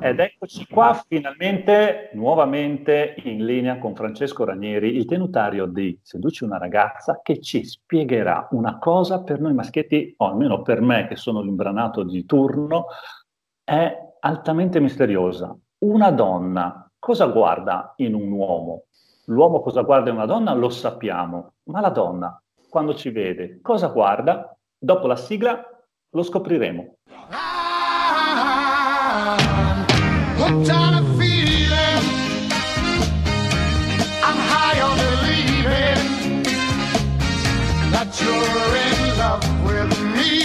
Ed eccoci qua finalmente, nuovamente in linea con Francesco Ranieri, il tenutario di Seduci una ragazza, che ci spiegherà una cosa per noi maschietti, o almeno per me che sono l'imbranato di turno, è altamente misteriosa. Una donna cosa guarda in un uomo? L'uomo cosa guarda in una donna lo sappiamo, ma la donna quando ci vede cosa guarda? Dopo la sigla lo scopriremo. Hooked on a feeling, I'm high on believing that you're in love with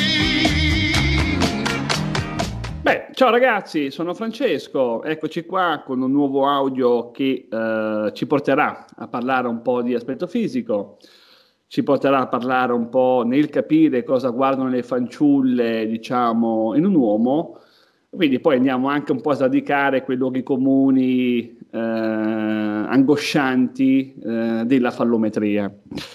me. Beh, ciao ragazzi, sono Francesco, eccoci qua con un nuovo audio che ci porterà a parlare un po' di aspetto fisico, ci porterà a parlare un po' nel capire cosa guardano le fanciulle, diciamo, in un uomo. Quindi poi andiamo anche un po' a sradicare quei luoghi comuni angoscianti della fallometria.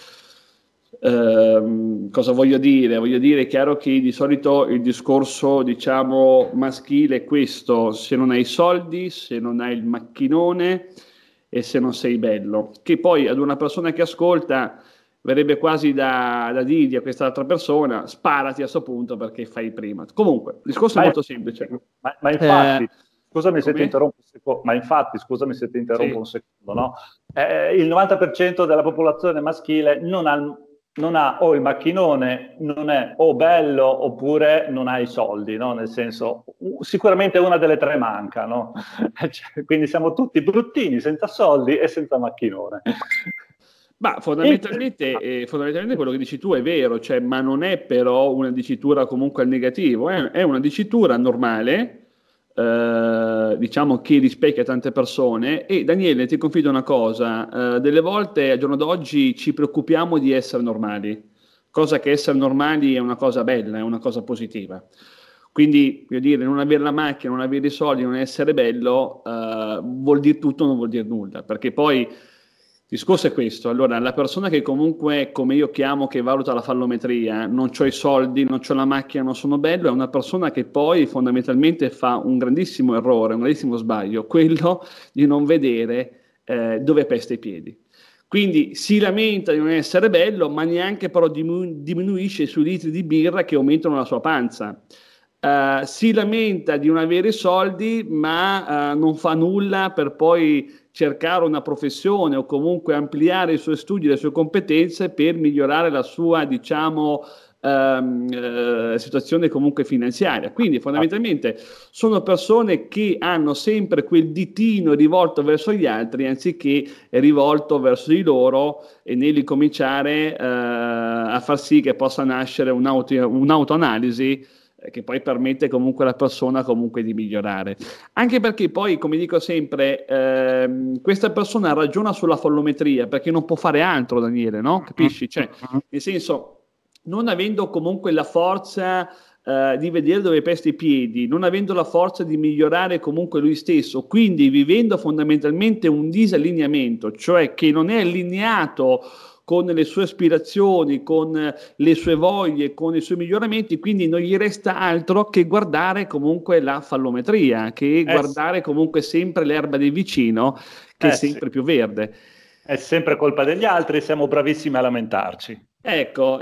Cosa voglio dire? Voglio dire, è chiaro che di solito il discorso, diciamo, maschile è questo: se non hai i soldi, se non hai il macchinone e se non sei bello. Che poi ad una persona che ascolta verrebbe quasi da dirgli a quest'altra persona: sparati a sto punto perché fai prima. Comunque, il discorso è molto semplice. Ma infatti, scusami se come? ti interrompo un secondo, Sì. un secondo, no? Il 90% della popolazione maschile non ha o il macchinone, non è o bello oppure non ha i soldi, no? Nel senso, sicuramente una delle tre manca, no? Quindi siamo tutti bruttini, senza soldi e senza macchinone. Ma fondamentalmente quello che dici tu è vero, cioè, ma non è però una dicitura comunque al negativo, è una dicitura normale, diciamo, che rispecchia tante persone. E Daniele, ti confido una cosa, delle volte al giorno d'oggi ci preoccupiamo di essere normali, cosa che essere normali è una cosa bella, è una cosa positiva. Quindi, voglio dire, non avere la macchina, non avere i soldi, non essere bello, vuol dire tutto, non vuol dire nulla, perché poi il discorso è questo. Allora, la persona che comunque, come io chiamo, che valuta la fallometria, non c'ho i soldi, non c'ho la macchina, non sono bello, è una persona che poi fondamentalmente fa un grandissimo errore, un grandissimo sbaglio, quello di non vedere dove pesta i piedi. Quindi si lamenta di non essere bello, ma neanche però diminuisce i suoi litri di birra che aumentano la sua panza. Si lamenta di non avere soldi, ma non fa nulla per poi cercare una professione o comunque ampliare i suoi studi, le sue competenze per migliorare la sua, diciamo, situazione comunque finanziaria. Quindi fondamentalmente sono persone che hanno sempre quel ditino rivolto verso gli altri anziché rivolto verso di loro, e nell'incominciare a far sì che possa nascere un'autoanalisi che poi permette comunque alla persona comunque di migliorare. Anche perché poi, come dico sempre, questa persona ragiona sulla fallometria perché non può fare altro, Daniele, no? Capisci? Cioè, nel senso, non avendo comunque la forza di vedere dove pesta i piedi, non avendo la forza di migliorare comunque lui stesso, quindi vivendo fondamentalmente un disallineamento, cioè che non è allineato con le sue aspirazioni, con le sue voglie, con i suoi miglioramenti, quindi non gli resta altro che guardare comunque la fallometria, che guardare comunque sempre l'erba del vicino, che è sempre più verde. È sempre colpa degli altri, siamo bravissimi a lamentarci. Ecco,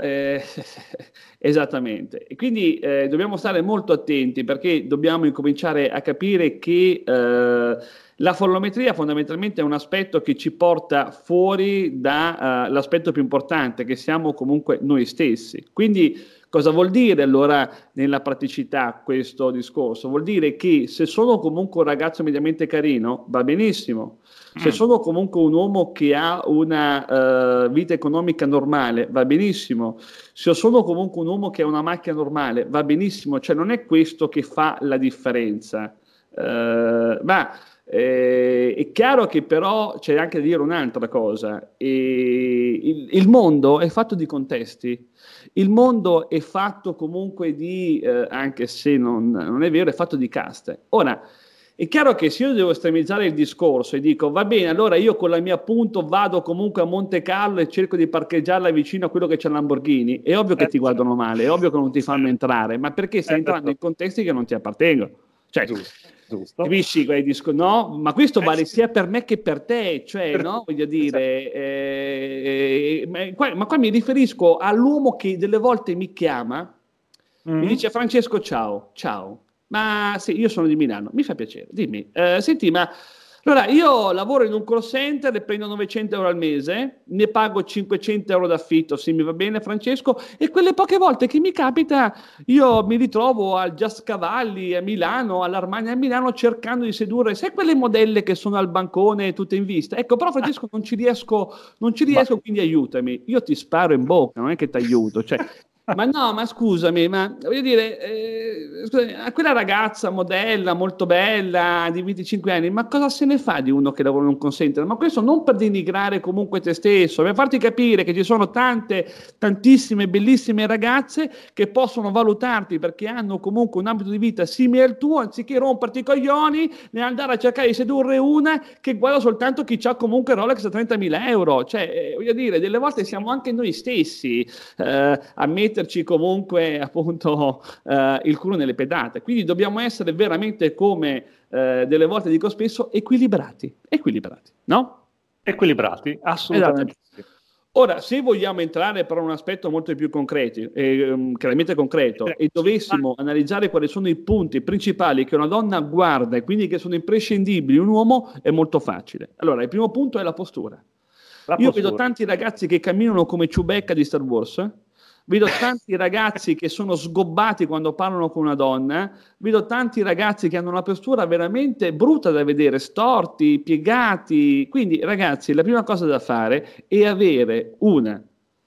esattamente. E quindi dobbiamo stare molto attenti, perché dobbiamo incominciare a capire che la fallometria fondamentalmente è un aspetto che ci porta fuori dall'aspetto più importante, che siamo comunque noi stessi. Quindi cosa vuol dire allora nella praticità questo discorso? Vuol dire che se sono comunque un ragazzo mediamente carino, va benissimo. Se sono comunque un uomo che ha una vita economica normale, va benissimo. Se sono comunque un uomo che ha una macchina normale, va benissimo. Cioè non è questo che fa la differenza. È chiaro che però c'è anche da dire un'altra cosa. Il mondo è fatto di contesti. Il mondo è fatto comunque di, anche se non è vero, è fatto di caste. Ora, è chiaro che se io devo estremizzare il discorso e dico va bene, allora io con la mia punto vado comunque a Monte Carlo e cerco di parcheggiarla vicino a quello che c'è il Lamborghini, è ovvio che ti guardano male, è ovvio che non ti fanno entrare, ma perché stai entrando in contesti che non ti appartengono. Cioè, giusto. capisci? No, ma questo vale sia per me che per te, cioè, no? Voglio dire, ma qua mi riferisco all'uomo che delle volte mi chiama, mi dice: Francesco, ciao, ma sì, io sono di Milano, mi fa piacere, dimmi, senti, ma allora io lavoro in un call center e prendo 900 euro al mese, ne pago 500 euro d'affitto, se mi va bene, Francesco, e quelle poche volte che mi capita io mi ritrovo al Just Cavalli a Milano, all'Armani a Milano, cercando di sedurre, sai, quelle modelle che sono al bancone tutte in vista. Ecco, però Francesco non ci riesco, quindi aiutami. Io ti sparo in bocca, non è che ti aiuto, cioè. Ma no, ma scusami, ma voglio dire, scusami, a quella ragazza modella, molto bella, di 25 anni, ma cosa se ne fa di uno che lavora in un call center? Ma questo non per denigrare comunque te stesso, per farti capire che ci sono tantissime, bellissime ragazze che possono valutarti perché hanno comunque un ambito di vita simile al tuo, anziché romperti i coglioni e andare a cercare di sedurre una che guarda soltanto chi ha comunque Rolex a 30.000 euro. Cioè, voglio dire, delle volte siamo anche noi stessi a metterci comunque appunto il culo nelle pedate, quindi dobbiamo essere veramente, come delle volte dico spesso, equilibrati, no? Equilibrati, assolutamente. Ora, se vogliamo entrare però in un aspetto molto più concreto, chiaramente concreto, e dovessimo analizzare quali sono i punti principali che una donna guarda e quindi che sono imprescindibili in un uomo, è molto facile. Allora, il primo punto è la postura. Io vedo tanti ragazzi che camminano come Chewbacca di Star Wars, vedo tanti ragazzi che sono sgobbati quando parlano con una donna, vedo tanti ragazzi che hanno una postura veramente brutta da vedere, storti, piegati. Quindi, ragazzi, la prima cosa da fare è avere una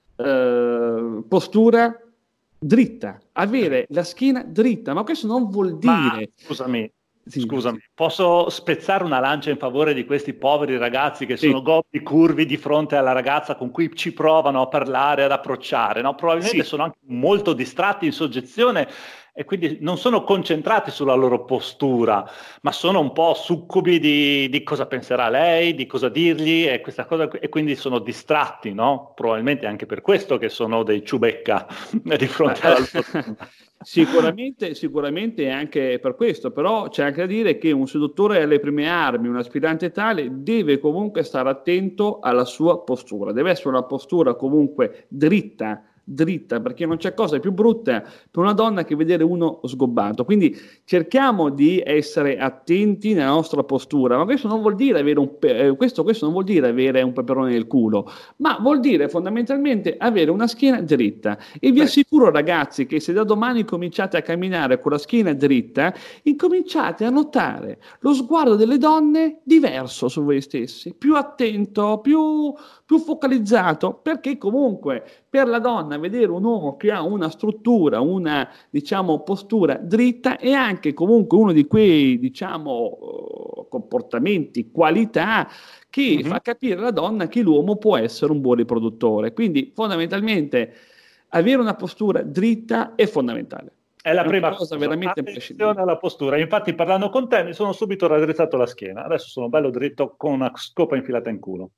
postura dritta, avere la schiena dritta, ma questo non vuol dire... Scusami, posso spezzare una lancia in favore di questi poveri ragazzi che sono gobbi, curvi di fronte alla ragazza con cui ci provano a parlare, ad approcciare, no? Probabilmente sono anche molto distratti, in soggezione, e quindi non sono concentrati sulla loro postura, ma sono un po' succubi di cosa penserà lei, di cosa dirgli, e questa cosa, e quindi sono distratti, no? Probabilmente anche per questo che sono dei ciubecca di fronte alla loro... Sicuramente anche per questo, però c'è anche da dire che un seduttore alle prime armi, un aspirante tale, deve comunque stare attento alla sua postura, deve essere una postura comunque dritta, perché non c'è cosa più brutta per una donna che vedere uno sgobbato. Quindi cerchiamo di essere attenti nella nostra postura, ma questo non vuol dire avere questo non vuol dire avere un peperone nel culo, ma vuol dire fondamentalmente avere una schiena dritta. E vi assicuro, ragazzi, che se da domani cominciate a camminare con la schiena dritta, incominciate a notare lo sguardo delle donne diverso su voi stessi, più attento, più focalizzato, perché comunque per la donna vedere un uomo che ha una struttura, una, diciamo, postura dritta è anche comunque uno di quei, diciamo, comportamenti, qualità che fa capire alla donna che l'uomo può essere un buon riproduttore. Quindi fondamentalmente avere una postura dritta è fondamentale. È la prima cosa veramente imprescindibile. Attenzione alla postura. Infatti, parlando con te mi sono subito raddrizzato la schiena, adesso sono bello dritto con una scopa infilata in culo.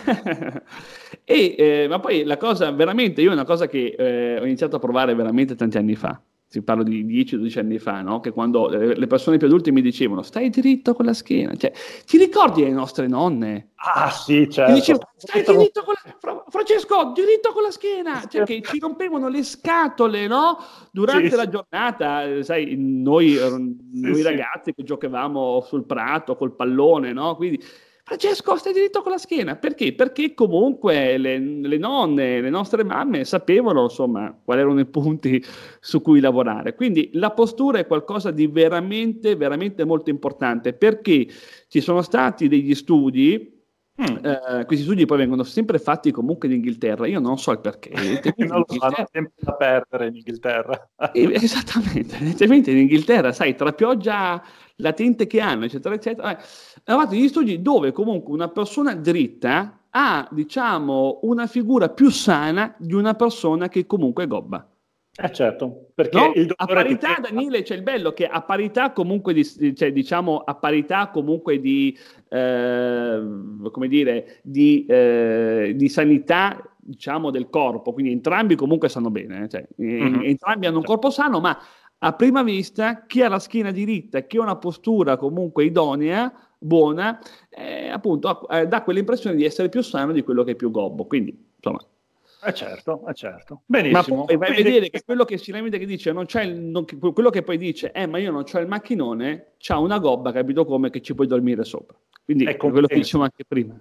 Ma poi la cosa veramente, io è una cosa che ho iniziato a provare veramente tanti anni fa, si parla di 10-12 anni fa, no? Che quando le persone più adulte mi dicevano stai dritto con la schiena, cioè, ti ricordi le nostre nonne? Ah sì, certo. Mi dicevano, stai diritto con Francesco, diritto con la schiena, cioè che ci rompevano le scatole, no? Durante la giornata, sai, noi ragazzi che giocavamo sul prato col pallone, no? Quindi Francesco, stai diritto con la schiena. Perché? Perché comunque le nonne, le nostre mamme sapevano, insomma, quali erano i punti su cui lavorare. Quindi la postura è qualcosa di veramente, veramente molto importante, perché ci sono stati degli studi, questi studi poi vengono sempre fatti comunque in Inghilterra, io non so il perché. Non lo so, hanno sempre da perdere in Inghilterra. Esattamente, evidentemente in Inghilterra, sai, tra pioggia latente che hanno, eccetera, eccetera. Hanno fatto degli studi dove comunque una persona dritta ha, diciamo, una figura più sana di una persona che comunque gobba. Certo, perché no? il A parità, Daniele, c'è il bello che a parità comunque cioè, diciamo, a parità comunque di come dire, di sanità, diciamo, del corpo, quindi entrambi comunque stanno bene, cioè, entrambi hanno un corpo sano, ma a prima vista chi ha la schiena diritta, chi ha una postura comunque idonea, buona, appunto dà quell'impressione di essere più sano di quello che è più gobbo. Quindi, insomma. Certo. Ma Benissimo. poi vai a vedere che quello che si lamenta che dice quello che poi dice ma io non c'ho il macchinone, c'ha una gobba, capito come, che ci puoi dormire sopra. Quindi è quello che dicevamo anche prima.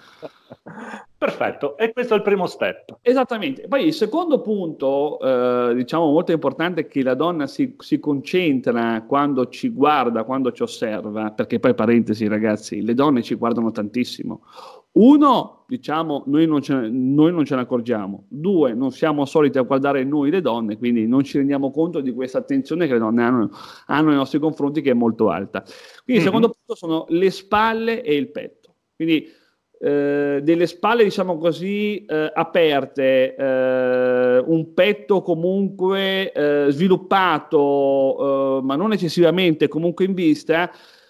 Perfetto, e questo è il primo step. Esattamente. Poi il secondo punto, diciamo molto importante, è che la donna si concentra quando ci guarda, quando ci osserva, perché poi, parentesi ragazzi, le donne ci guardano tantissimo. Uno, diciamo, noi non ce ne accorgiamo. Due, non siamo soliti a guardare noi le donne, quindi non ci rendiamo conto di questa attenzione che le donne hanno nei nostri confronti, che è molto alta. Quindi il secondo punto sono le spalle e il petto. Quindi delle spalle, diciamo così, aperte, un petto comunque sviluppato, ma non eccessivamente comunque in vista,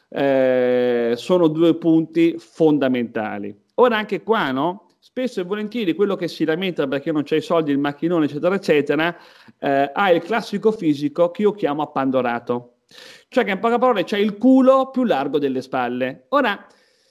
sono due punti fondamentali. Ora anche qua, no? Spesso e volentieri quello che si lamenta perché non c'è i soldi, il macchinone, eccetera, eccetera, ha il classico fisico che io chiamo appandorato. Cioè che in poche parole c'è il culo più largo delle spalle. Ora,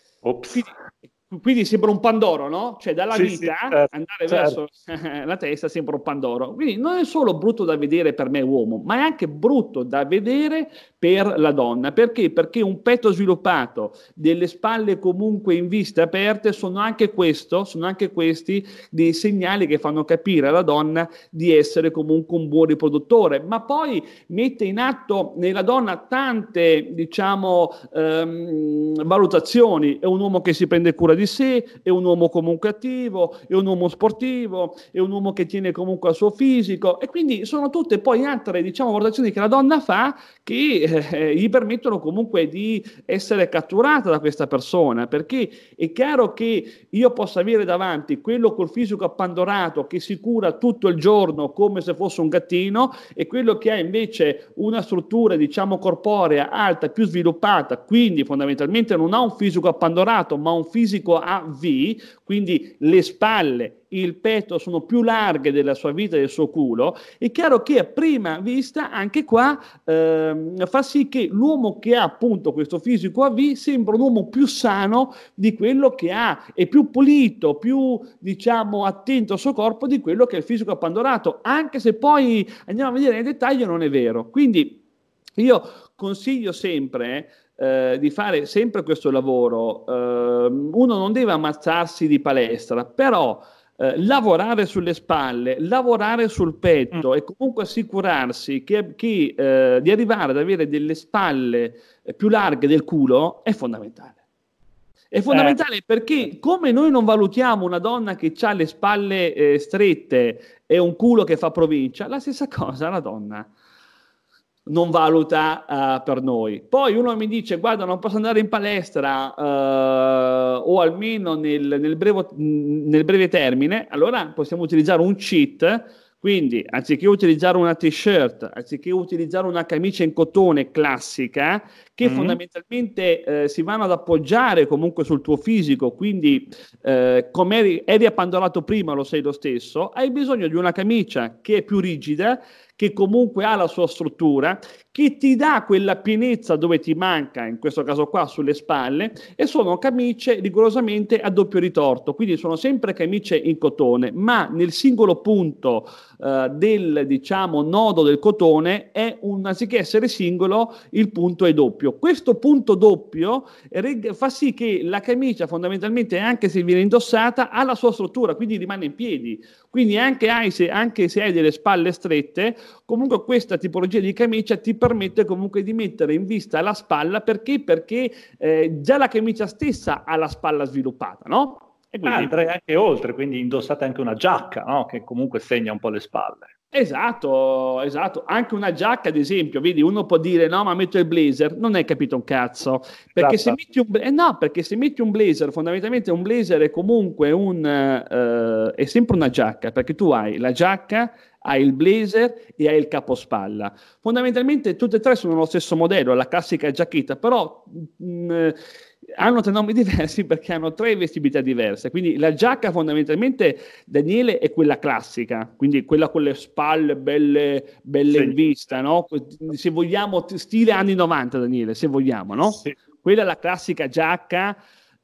quindi sembra un pandoro, no? Cioè dalla vita andare verso la testa sembra un pandoro. Quindi non è solo brutto da vedere per me uomo, ma è anche brutto da vedere per la donna. Perché? Perché un petto sviluppato, delle spalle comunque in vista aperte, sono anche questi dei segnali che fanno capire alla donna di essere comunque un buon riproduttore, ma poi mette in atto nella donna tante, diciamo, valutazioni. È un uomo che si prende cura di sé, è un uomo comunque attivo, è un uomo sportivo, è un uomo che tiene comunque al suo fisico, e quindi sono tutte poi altre, diciamo, valutazioni che la donna fa che gli permettono comunque di essere catturata da questa persona, perché è chiaro che io posso avere davanti quello col fisico appandorato che si cura tutto il giorno come se fosse un gattino, e quello che ha invece una struttura, diciamo, corporea alta, più sviluppata, quindi fondamentalmente non ha un fisico appandorato ma un fisico a V, quindi le spalle, il petto sono più larghe della sua vita e del suo culo. È chiaro che a prima vista anche qua fa sì che l'uomo che ha appunto questo fisico a V sembra un uomo più sano di quello che ha, è più pulito, più, diciamo, attento al suo corpo di quello che è il fisico appandorato, anche se poi andiamo a vedere nel dettaglio non è vero. Quindi io consiglio sempre di fare sempre questo lavoro. Uno non deve ammazzarsi di palestra, però lavorare sulle spalle, lavorare sul petto e comunque assicurarsi di arrivare ad avere delle spalle più larghe del culo è fondamentale. È fondamentale perché come noi non valutiamo una donna che ha le spalle strette e un culo che fa provincia, la stessa cosa la donna non valuta per noi. Poi uno mi dice: guarda, non posso andare in palestra o almeno nel breve termine. Allora possiamo utilizzare un cheat. Quindi anziché utilizzare una t-shirt, anziché utilizzare una camicia in cotone classica, che fondamentalmente si vanno ad appoggiare comunque sul tuo fisico, quindi come eri appandorato prima, lo sei lo stesso, hai bisogno di una camicia che è più rigida, che comunque ha la sua struttura, che ti dà quella pienezza dove ti manca, in questo caso qua sulle spalle, e sono camicie rigorosamente a doppio ritorto, quindi sono sempre camicie in cotone, ma nel singolo punto del, diciamo, nodo del cotone anziché essere singolo, il punto è doppio. Questo punto doppio fa sì che la camicia fondamentalmente, anche se viene indossata, ha la sua struttura, quindi rimane in piedi. Quindi anche se hai delle spalle strette, comunque questa tipologia di camicia ti permette comunque di mettere in vista la spalla, perché già la camicia stessa ha la spalla sviluppata, no? E quindi andrei anche oltre, quindi indossate anche una giacca, no? Che comunque segna un po' le spalle. Esatto, anche una giacca, ad esempio, vedi, uno può dire no, ma metto il blazer, non hai capito un cazzo, perché se metti un blazer, fondamentalmente un blazer è comunque è sempre una giacca, perché tu hai la giacca, hai il blazer e hai il capospalla. Fondamentalmente tutte e tre sono lo stesso modello, la classica giacchetta, però hanno tre nomi diversi perché hanno tre vestibilità diverse. Quindi la giacca fondamentalmente, Daniele, è quella classica, quindi quella con le spalle belle Sì. in vista, no? Se vogliamo, stile anni 90, Daniele, se vogliamo, no? Sì. Quella è la classica giacca.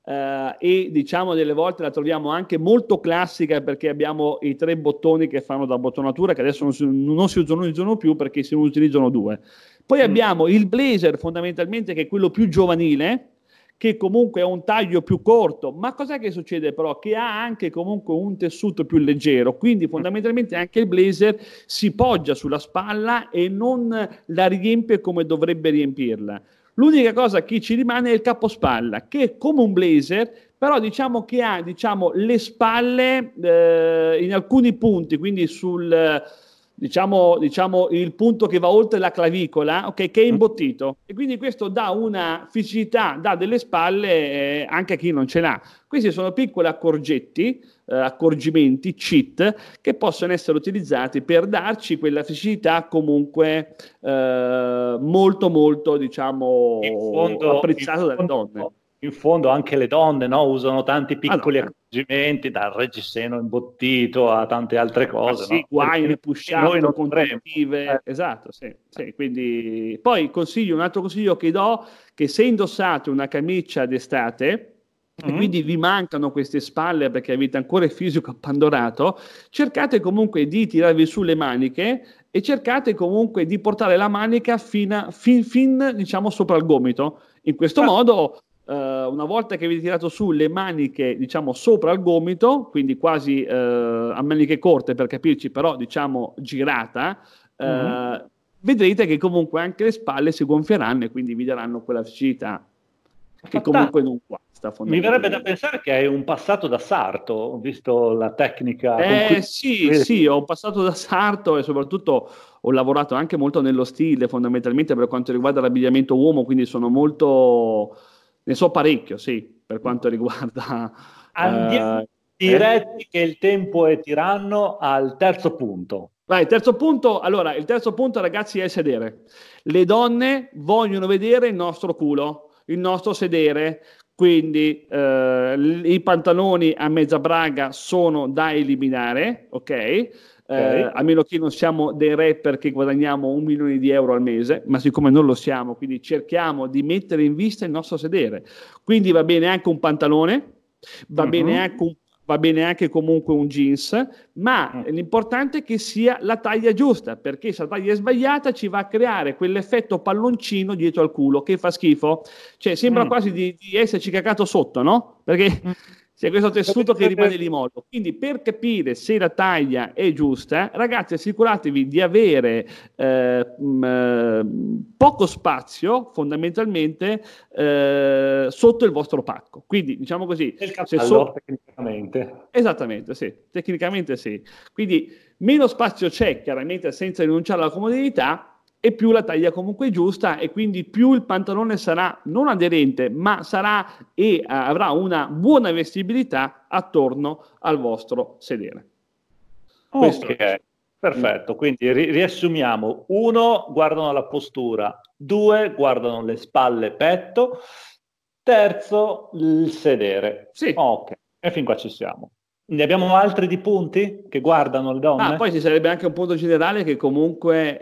E diciamo delle volte la troviamo anche molto classica perché abbiamo i tre bottoni che fanno da bottonatura, che adesso non si utilizzano più perché se ne utilizzano due. Poi abbiamo il blazer fondamentalmente, che è quello più giovanile, che comunque ha un taglio più corto, ma cos'è che succede però? Che ha anche comunque un tessuto più leggero, quindi fondamentalmente anche il blazer si poggia sulla spalla e non la riempie come dovrebbe riempirla. L'unica cosa che ci rimane è il capospalla, che è come un blazer, però diciamo che ha le spalle in alcuni punti, quindi sul diciamo il punto che va oltre la clavicola, okay, che è imbottito, e quindi questo dà una fisicità, dà delle spalle anche a chi non ce l'ha. Questi sono piccoli accorgimenti, cheat, che possono essere utilizzati per darci quella fisicità comunque molto molto apprezzata dalle donne. In fondo anche le donne, no, usano tanti piccoli accorgimenti, dal reggiseno imbottito a tante altre cose. Sì, no? guaine, push-up, congiuntive. Esatto, sì. Quindi poi un altro consiglio che do, che se indossate una camicia d'estate e quindi vi mancano queste spalle perché avete ancora il fisico appandorato, cercate comunque di tirarvi su le maniche e cercate comunque di portare la manica fin diciamo sopra il gomito. In questo modo una volta che avete tirato su le maniche, diciamo, sopra il gomito, quindi quasi a maniche corte per capirci, però diciamo girata, vedrete che comunque anche le spalle si gonfieranno e quindi vi daranno quella facilità che comunque non guasta. Mi verrebbe da pensare che hai un passato da sarto, ho visto la tecnica. Sì, ho un passato da sarto e soprattutto ho lavorato anche molto nello stile, fondamentalmente per quanto riguarda l'abbigliamento uomo, quindi sono molto... Ne so parecchio, sì, per quanto riguarda... Andiamo diretti che il tempo è tiranno al terzo punto. Vai, il terzo punto, ragazzi, è il sedere. Le donne vogliono vedere il nostro culo, il nostro sedere, quindi i pantaloni a mezza braga sono da eliminare, ok? A meno che non siamo dei rapper che guadagniamo 1 milione di euro al mese, ma siccome non lo siamo, quindi cerchiamo di mettere in vista il nostro sedere. Quindi va bene anche un pantalone, va bene anche comunque un jeans, ma l'importante è che sia la taglia giusta, perché se la taglia è sbagliata ci va a creare quell'effetto palloncino dietro al culo che fa schifo, cioè sembra quasi di esserci cacato sotto, no? Perché c'è questo tessuto che rimane lì molto. Quindi per capire se la taglia è giusta, ragazzi, assicuratevi di avere poco spazio fondamentalmente sotto il vostro pacco. Quindi diciamo così, tecnicamente. Esattamente, sì, tecnicamente sì. Quindi meno spazio c'è, chiaramente senza rinunciare alla comodità, e più la taglia comunque è giusta, e quindi più il pantalone sarà non aderente, ma sarà e avrà una buona vestibilità attorno al vostro sedere. Ok, perfetto. Quindi riassumiamo: 1, guardano la postura; 2, guardano le spalle, petto; terzo, il sedere. Sì. Ok, e fin qua ci siamo. Ne abbiamo altri di punti che guardano le donne? Poi ci sarebbe anche un punto generale che comunque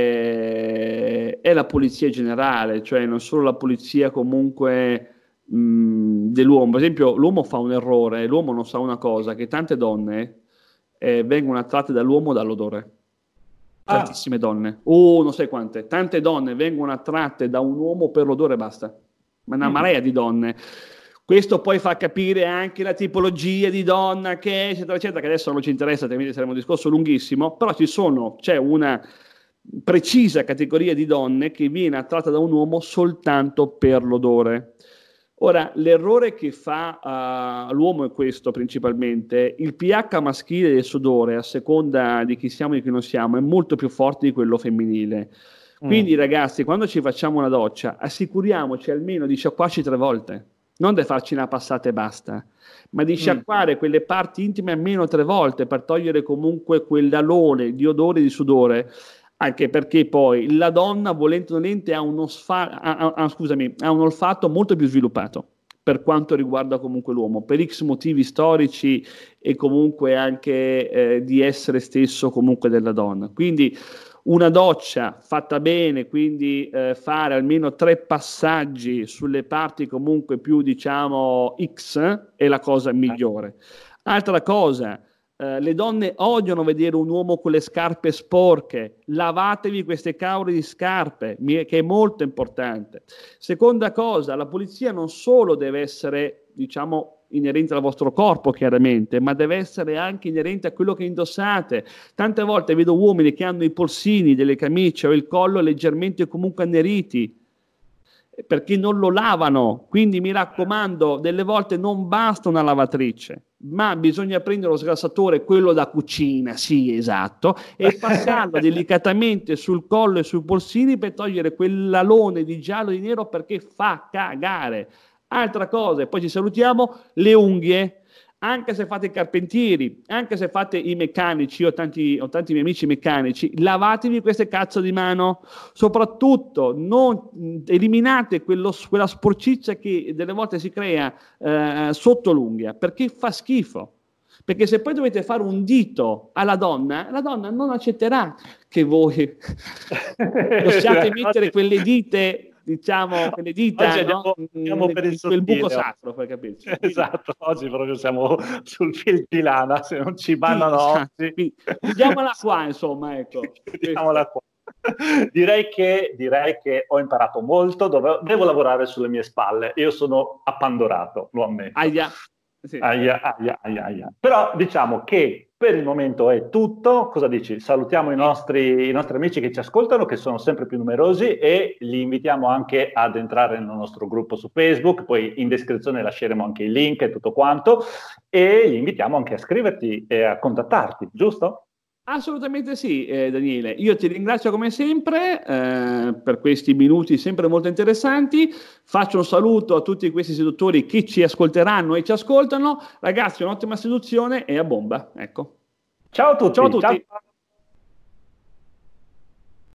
è la pulizia generale, cioè non solo la pulizia comunque dell'uomo. Per esempio, l'uomo fa un errore, l'uomo non sa una cosa, che tante donne vengono attratte dall'uomo dall'odore. Tantissime donne, non sai quante, tante donne vengono attratte da un uomo per l'odore e basta, ma una marea di donne. Questo poi fa capire anche la tipologia di donna che è, eccetera, eccetera, che adesso non ci interessa, altrimenti saremo un discorso lunghissimo, però c'è una precisa categoria di donne che viene attratta da un uomo soltanto per l'odore. Ora, l'errore che fa l'uomo è questo principalmente: il pH maschile del sudore, a seconda di chi siamo e di chi non siamo, è molto più forte di quello femminile. Quindi ragazzi, quando ci facciamo una doccia, assicuriamoci almeno di sciacquarci 3 volte. non di farci una passata e basta, ma di sciacquare quelle parti intime almeno 3 volte per togliere comunque quell'alone di odore e di sudore, anche perché poi la donna, volente o nolente, ha un olfatto molto più sviluppato per quanto riguarda comunque l'uomo, per X motivi storici e comunque anche di essere stesso comunque della donna. Quindi una doccia fatta bene, quindi fare almeno 3 passaggi sulle parti comunque più, diciamo, X, è la cosa migliore. Altra cosa, le donne odiano vedere un uomo con le scarpe sporche, lavatevi queste cavoli di scarpe, che è molto importante. Seconda cosa, la pulizia non solo deve essere, diciamo, inerente al vostro corpo, chiaramente, ma deve essere anche inerente a quello che indossate. Tante volte vedo uomini che hanno i polsini delle camicie o il collo leggermente comunque anneriti perché non lo lavano. Quindi mi raccomando, delle volte non basta una lavatrice, ma bisogna prendere lo sgrassatore, quello da cucina, sì, esatto, e passarlo delicatamente sul collo e sui polsini per togliere quell'alone di giallo e di nero, perché fa cagare. Altra cosa, e poi ci salutiamo, le unghie. Anche se fate i carpentieri, anche se fate i meccanici, ho tanti miei amici meccanici, lavatevi queste cazzo di mano, soprattutto non eliminate quella sporcizia che delle volte si crea sotto l'unghia, perché fa schifo. Perché se poi dovete fare un dito alla donna, la donna non accetterà che voi possiate mettere quelle dite, diciamo, quelle dita, no? Per quel buco sacro, per capirci. Esatto, oggi proprio siamo sul fil di lana, se non ci bannano oggi. Chiudiamola qua, insomma, ecco. Chiudiamola qua. Direi che ho imparato molto, devo lavorare sulle mie spalle. Io sono appandorato, lo ammetto. Sì. Aia. Però diciamo che per il momento è tutto. Cosa dici? Salutiamo i nostri amici che ci ascoltano, che sono sempre più numerosi, e li invitiamo anche ad entrare nel nostro gruppo su Facebook. Poi in descrizione lasceremo anche il link e tutto quanto, e li invitiamo anche a scriverti e a contattarti, giusto? Assolutamente sì, Daniele. Io ti ringrazio come sempre per questi minuti sempre molto interessanti. Faccio un saluto a tutti questi seduttori che ci ascolteranno e ci ascoltano. Ragazzi, un'ottima seduzione e a bomba. Ecco. Ciao a tutti. Ciao a tutti. Ciao.